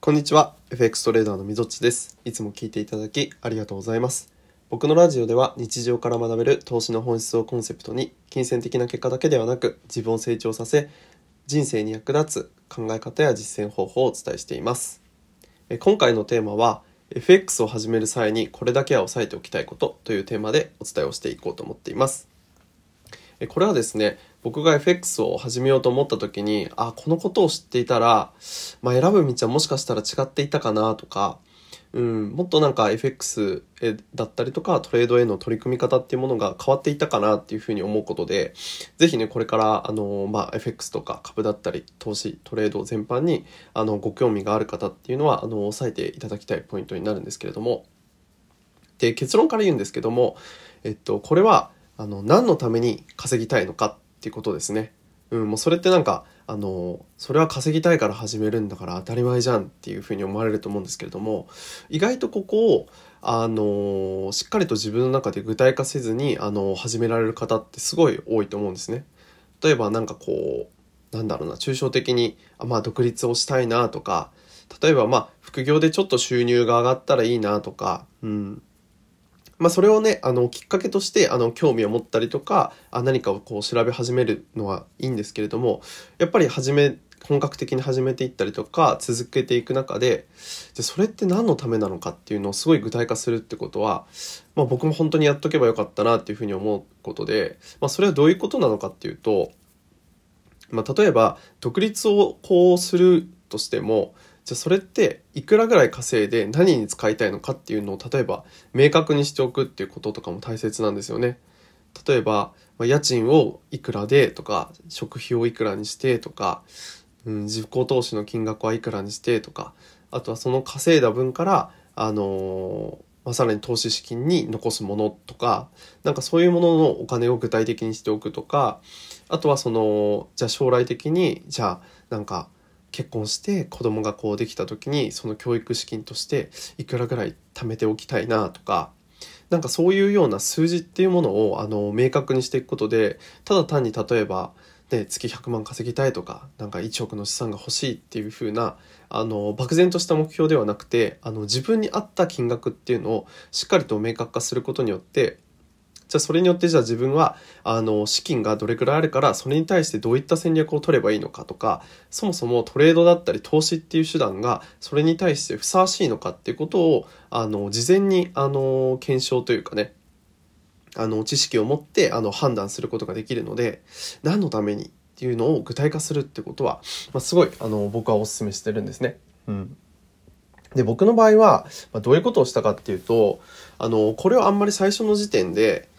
こんにちは。FX トレーダーのみぞっちです。いつも聞いていただきありがとうございます。僕のラジオでは日常から学べる投資の本質をコンセプトに、金銭的な結果だけではなく自分を成長させ、人生に役立つ考え方や実践方法をお伝えしています。今回のテーマは FX を始める際にこれだけは押さえておきたいことというテーマでお伝えをしていこうと思っています。これはですね、僕が FX を始めようと思った時に、このことを知っていたら、選ぶ道はもしかしたら違っていたかなとか、もっとFX だったりとかトレードへの取り組み方っていうものが変わっていたかなっていうふうに思うことで、ぜひね、これからFX とか株だったり投資、トレード全般にご興味がある方っていうのは押さえていただきたいポイントになるんですけれども、で、結論から言うんですけども、これは何のために稼ぎたいのかっていうことですね。もうそれってそれは稼ぎたいから始めるんだから当たり前じゃんっていうふうに思われると思うんですけれども、意外とここをしっかりと自分の中で具体化せずに始められる方ってすごい多いと思うんですね。例えば抽象的に独立をしたいなとか、例えば副業でちょっと収入が上がったらいいなとか、それをね、きっかけとして、興味を持ったりとか、何かをこう調べ始めるのはいいんですけれども、やっぱり本格的に始めていったりとか、続けていく中で、それって何のためなのかっていうのをすごい具体化するってことは、僕も本当にやっとけばよかったなっていうふうに思うことで、それはどういうことなのかっていうと、例えば、独立をこうするとしても、じゃあそれっていくらぐらい稼いで何に使いたいのかっていうのを例えば明確にしておくっていうこととかも大切なんですよね。例えば、家賃をいくらでとか、食費をいくらにしてとか、自己投資の金額はいくらにしてとか、あとはその稼いだ分から、さらに投資資金に残すものとか、そういうもののお金を具体的にしておくとか、あとはじゃあ将来的に、結婚して子供がこうできた時にその教育資金としていくらぐらい貯めておきたいなとか、そういうような数字っていうものを明確にしていくことで、ただ単に例えば、月100万稼ぎたいとか、1億の資産が欲しいっていう風な漠然とした目標ではなくて、自分に合った金額っていうのをしっかりと明確化することによって、じゃあそれによって自分は資金がどれくらいあるからそれに対してどういった戦略を取ればいいのかとか、そもそもトレードだったり投資っていう手段がそれに対してふさわしいのかっていうことを事前に検証というかね、知識を持って判断することができるので、何のためにっていうのを具体化するってことは、すごい僕はお勧めしてるんですね。で、僕の場合は、どういうことをしたかっていうと、これをあんまり最初の時点で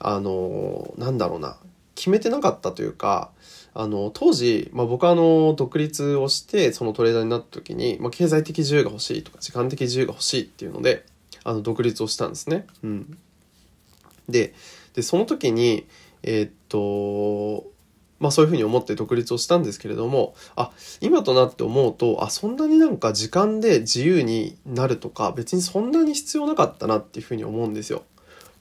決めてなかったというか、当時、僕は独立をしてそのトレーダーになった時に、経済的自由が欲しいとか時間的自由が欲しいっていうので独立をしたんですね。でその時にそういうふうに思って独立をしたんですけれども、今となって思うと、そんなに時間で自由になるとか別にそんなに必要なかったなっていうふうに思うんですよ。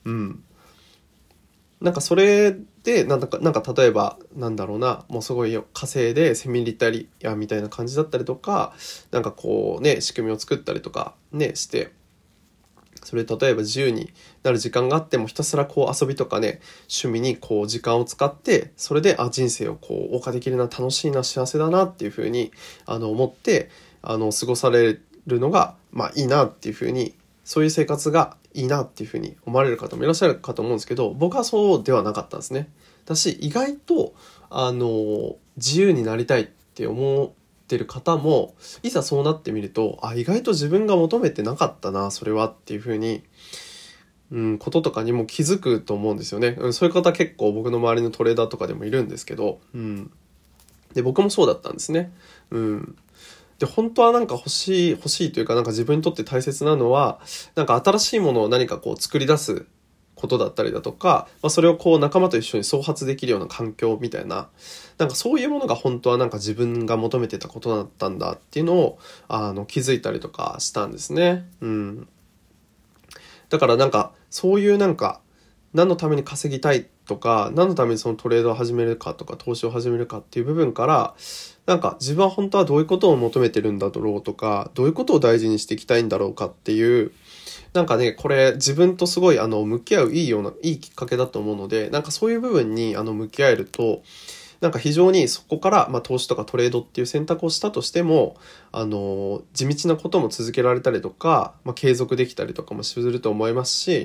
それで例えばもうすごい稼いでセミリタリアみたいな感じだったりとか、仕組みを作ったりとかして、それ例えば自由になる時間があってもひたすら遊びとか趣味に時間を使って、それで人生を謳歌できるな、楽しいな、幸せだなっていうふうに思って過ごされるのがいいなっていうふうに、そういう生活がいいなっていうふうに思われる方もいらっしゃるかと思うんですけど、僕はそうではなかったんですね。だし、意外と自由になりたいって思ってる方もいざそうなってみると、意外と自分が求めてなかったなそれはっていうふうにこととかにも気づくと思うんですよね。そういう方結構僕の周りのトレーダーとかでもいるんですけど、で僕もそうだったんですね。で本当は欲しいというか、自分にとって大切なのは新しいものを何か作り出すことだったりだとか、それを仲間と一緒に創発できるような環境みたいな、そういうものが本当は自分が求めてたことだったんだっていうのを気づいたりとかしたんですね。だからそういう何のために稼ぎたいっとか、何のためにそのトレードを始めるかとか、投資を始めるかっていう部分から、なんか自分は本当はどういうことを求めてるんだろうとか、どういうことを大事にしていきたいんだろうかっていう、なんかね、これ自分とすごい向き合ういいきっかけだと思うので、なんかそういう部分に向き合えると、なんか非常にそこから、投資とかトレードっていう選択をしたとしても、地道なことも続けられたりとか、継続できたりとかもすると思いますし、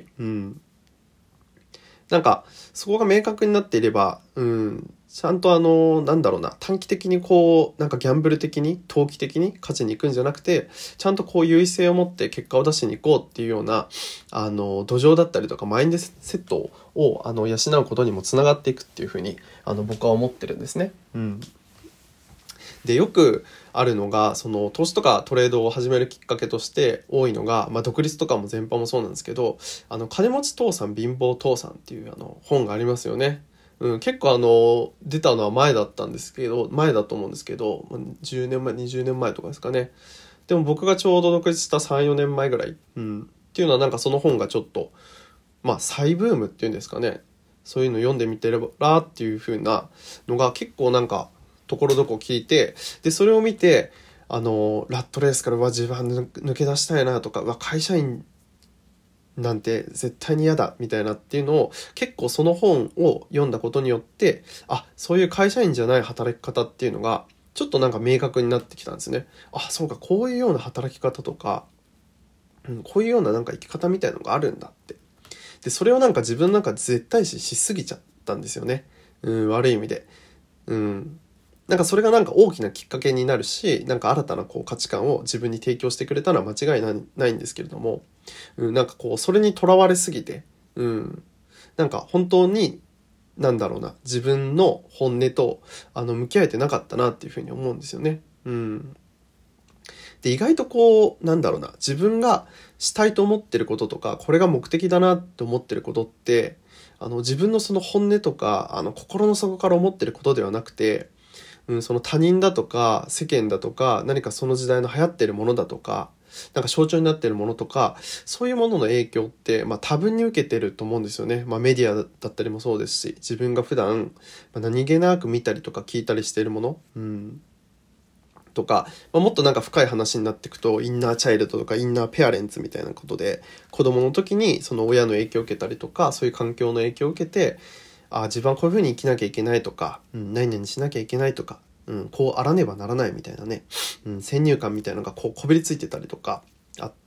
なんか、そこが明確になっていれば、ちゃんと短期的になんかギャンブル的に、投機的に勝ちに行くんじゃなくて、ちゃんと優位性を持って結果を出しに行こうっていうような、土壌だったりとか、マインドセットを、養うことにもつながっていくっていうふうに、僕は思ってるんですね。で、よくあるのが、その投資とかトレードを始めるきっかけとして多いのが、独立とかも全般もそうなんですけど、金持ち父さん貧乏父さんっていう本がありますよね。結構出たのは前だと思うんですけど、10年前、20年前とかですかね。でも僕がちょうど独立した3、4年前ぐらい。っていうのはなんかその本がちょっと、再ブームっていうんですかね。そういうの読んでみてればっていう風なのが結構なんか、ところどこ聞いて、で、それを見て、ラットレースから自分は抜け出したいなとか、会社員なんて絶対に嫌だみたいなっていうのを結構その本を読んだことによって、そういう会社員じゃない働き方っていうのがちょっとなんか明確になってきたんですね。そうか、こういうような働き方とか、こういうようななんか生き方みたいなのがあるんだって。で、それをなんか自分なんか絶対視しすぎちゃったんですよね。悪い意味で。なんかそれがなんか大きなきっかけになるし、なんか新たな価値観を自分に提供してくれたのは間違いないんですけれども、なんかそれにとらわれすぎて、なんか本当に、自分の本音と、向き合えてなかったなっていうふうに思うんですよね。で、意外と自分がしたいと思ってることとか、これが目的だなって思ってることって、自分のその本音とか、心の底から思ってることではなくて、その他人だとか世間だとか何かその時代の流行ってるものだとかなんか象徴になってるものとかそういうものの影響って多分に受けてると思うんですよね。メディアだったりもそうですし自分が普段何気なく見たりとか聞いたりしているもの、とか、もっとなんか深い話になっていくとインナーチャイルドとかインナーペアレンツみたいなことで子供の時にその親の影響を受けたりとかそういう環境の影響を受けて自分はこういう風に生きなきゃいけないとか、何々しなきゃいけないとか、こうあらねばならないみたいなね、先入観みたいなのがこびりついてたりとかあって、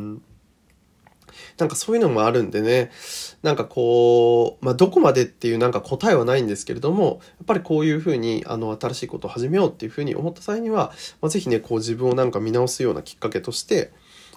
なんかそういうのもあるんでね、なんかどこまでっていうなんか答えはないんですけれども、やっぱりこういう風に新しいことを始めようっていう風に思った際には、ぜひね、自分をなんか見直すようなきっかけとして、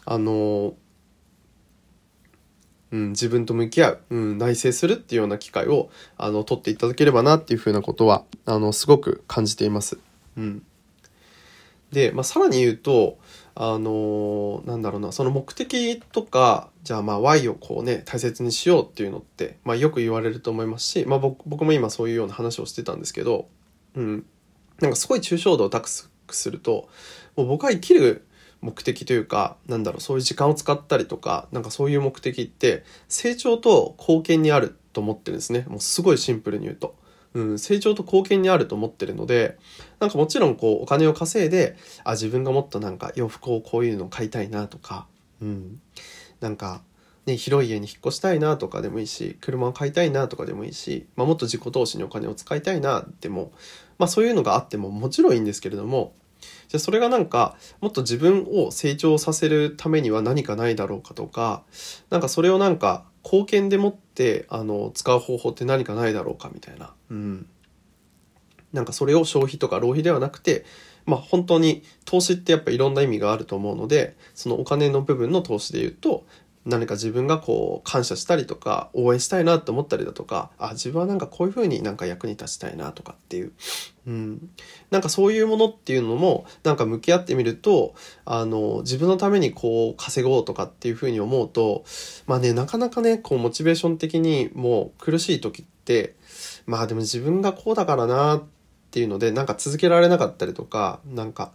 自分と向き合う、内省するっていうような機会を取っていただければなっていうふうなことはすごく感じています。で、さらに言うとその目的とかじゃあY を大切にしようっていうのってよく言われると思いますし、僕も今そういうような話をしてたんですけど、なんかすごい抽象度を高くするともう僕は生きる目的というかそういう時間を使ったりとかなんかそういう目的って成長と貢献にあると思ってるんですね。もうすごいシンプルに言うと、成長と貢献にあると思ってるので、なんかもちろんお金を稼いで自分がもっとなんか洋服をこういうのを買いたいなとか、なんかね、広い家に引っ越したいなとかでもいいし、車を買いたいなとかでもいいし、もっと自己投資にお金を使いたいなでも、そういうのがあってももちろんいいんですけれども、じゃあそれがなんかもっと自分を成長させるためには何かないだろうかとか、なんかそれをなんか貢献でもって使う方法って何かないだろうかみたいな、なんかそれを消費とか浪費ではなくて、本当に投資ってやっぱいろんな意味があると思うので、そのお金の部分の投資で言うと何か自分が感謝したりとか応援したいなと思ったりだとか、自分はなんかこういう風になんか役に立ちたいなとかっていう、なんかそういうものっていうのもなんか向き合ってみると自分のために稼ごうとかっていう風に思うとなかなかねモチベーション的にもう苦しい時ってでも自分がこうだからなっていうのでなんか続けられなかったりとかなんか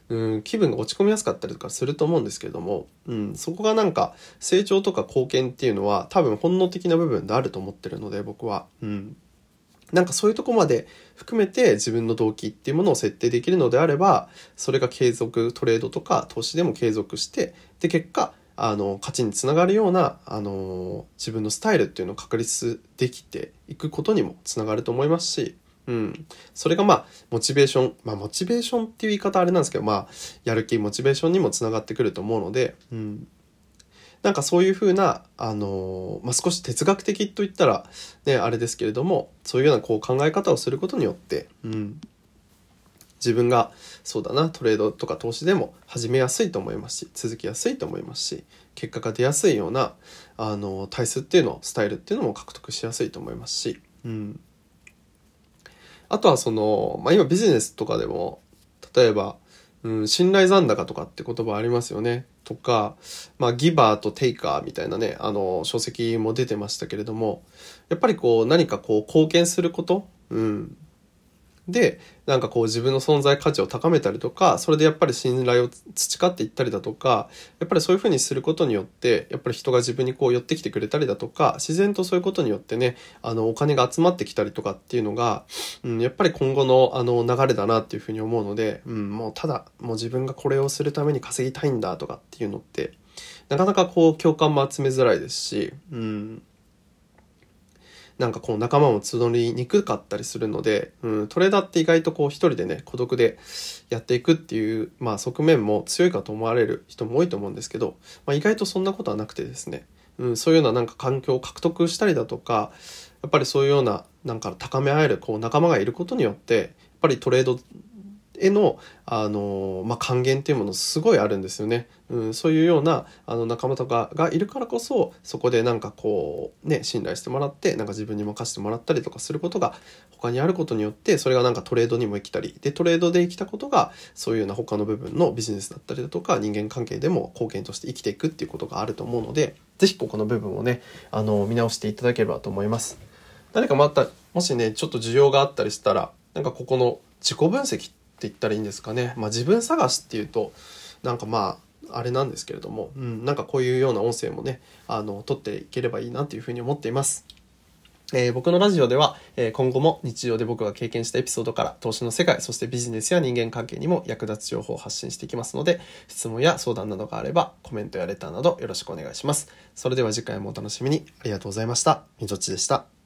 気分が落ち込みやすかったりとかすると思うんですけれども、そこがなんか成長とか貢献っていうのは多分本能的な部分であると思ってるので、僕は。なんかそういうとこまで含めて自分の動機っていうものを設定できるのであれば、それが継続、トレードとか投資でも継続して、で、結果、勝ちにつながるような、自分のスタイルっていうのを確立できていくことにもつながると思いますし、それがモチベーション、モチベーションっていう言い方あれなんですけど、やる気、モチベーションにもつながってくると思うので、なんかそういうふうな、少し哲学的といったらね、あれですけれども、そういうような考え方をすることによって、自分がそうだな、トレードとか投資でも始めやすいと思いますし、続きやすいと思いますし、結果が出やすいような、体質っていうの、スタイルっていうのも獲得しやすいと思いますし、あとは今ビジネスとかでも、例えば、信頼残高とかって言葉ありますよね。とか、ギバーとテイカーみたいなね、書籍も出てましたけれども、やっぱり何か貢献すること、で、なんか自分の存在価値を高めたりとか、それでやっぱり信頼を培っていったりだとか、やっぱりそういうふうにすることによって、やっぱり人が自分に寄ってきてくれたりだとか、自然とそういうことによってね、お金が集まってきたりとかっていうのが、やっぱり今後の流れだなっていうふうに思うので、もう自分がこれをするために稼ぎたいんだとかっていうのって、なかなか共感も集めづらいですし、なんか仲間も募りにくかったりするので、トレーダーって意外と一人でね、孤独でやっていくっていう、側面も強いかと思われる人も多いと思うんですけど、意外とそんなことはなくてですね、そういうようななんか環境を獲得したりだとか、やっぱりそういうようななんか高め合える仲間がいることによって、やっぱりトレードへの、還元っていうものすごいあるんですよね。そういうような仲間とかがいるからこそ、そこでなんか信頼してもらって、なんか自分に任せてもらったりとかすることが他にあることによって、それがなんかトレードにも生きたり、で、トレードで生きたことが、そういうような他の部分のビジネスだったりだとか、人間関係でも貢献として生きていくっていうことがあると思うので、ぜひここの部分をね、見直していただければと思います。何かもしね、ちょっと需要があったりしたら、なんかここの自己分析って言ったらいいんですかね。自分探しっていうと、なんかあれなんですけれども、なんかこういうような音声もね、撮っていければいいなというふうに思っています。僕のラジオでは、今後も日常で僕が経験したエピソードから投資の世界、そしてビジネスや人間関係にも役立つ情報を発信していきますので、質問や相談などがあればコメントやレターなどよろしくお願いします。それでは次回もお楽しみに。ありがとうございました。みぞっちでした。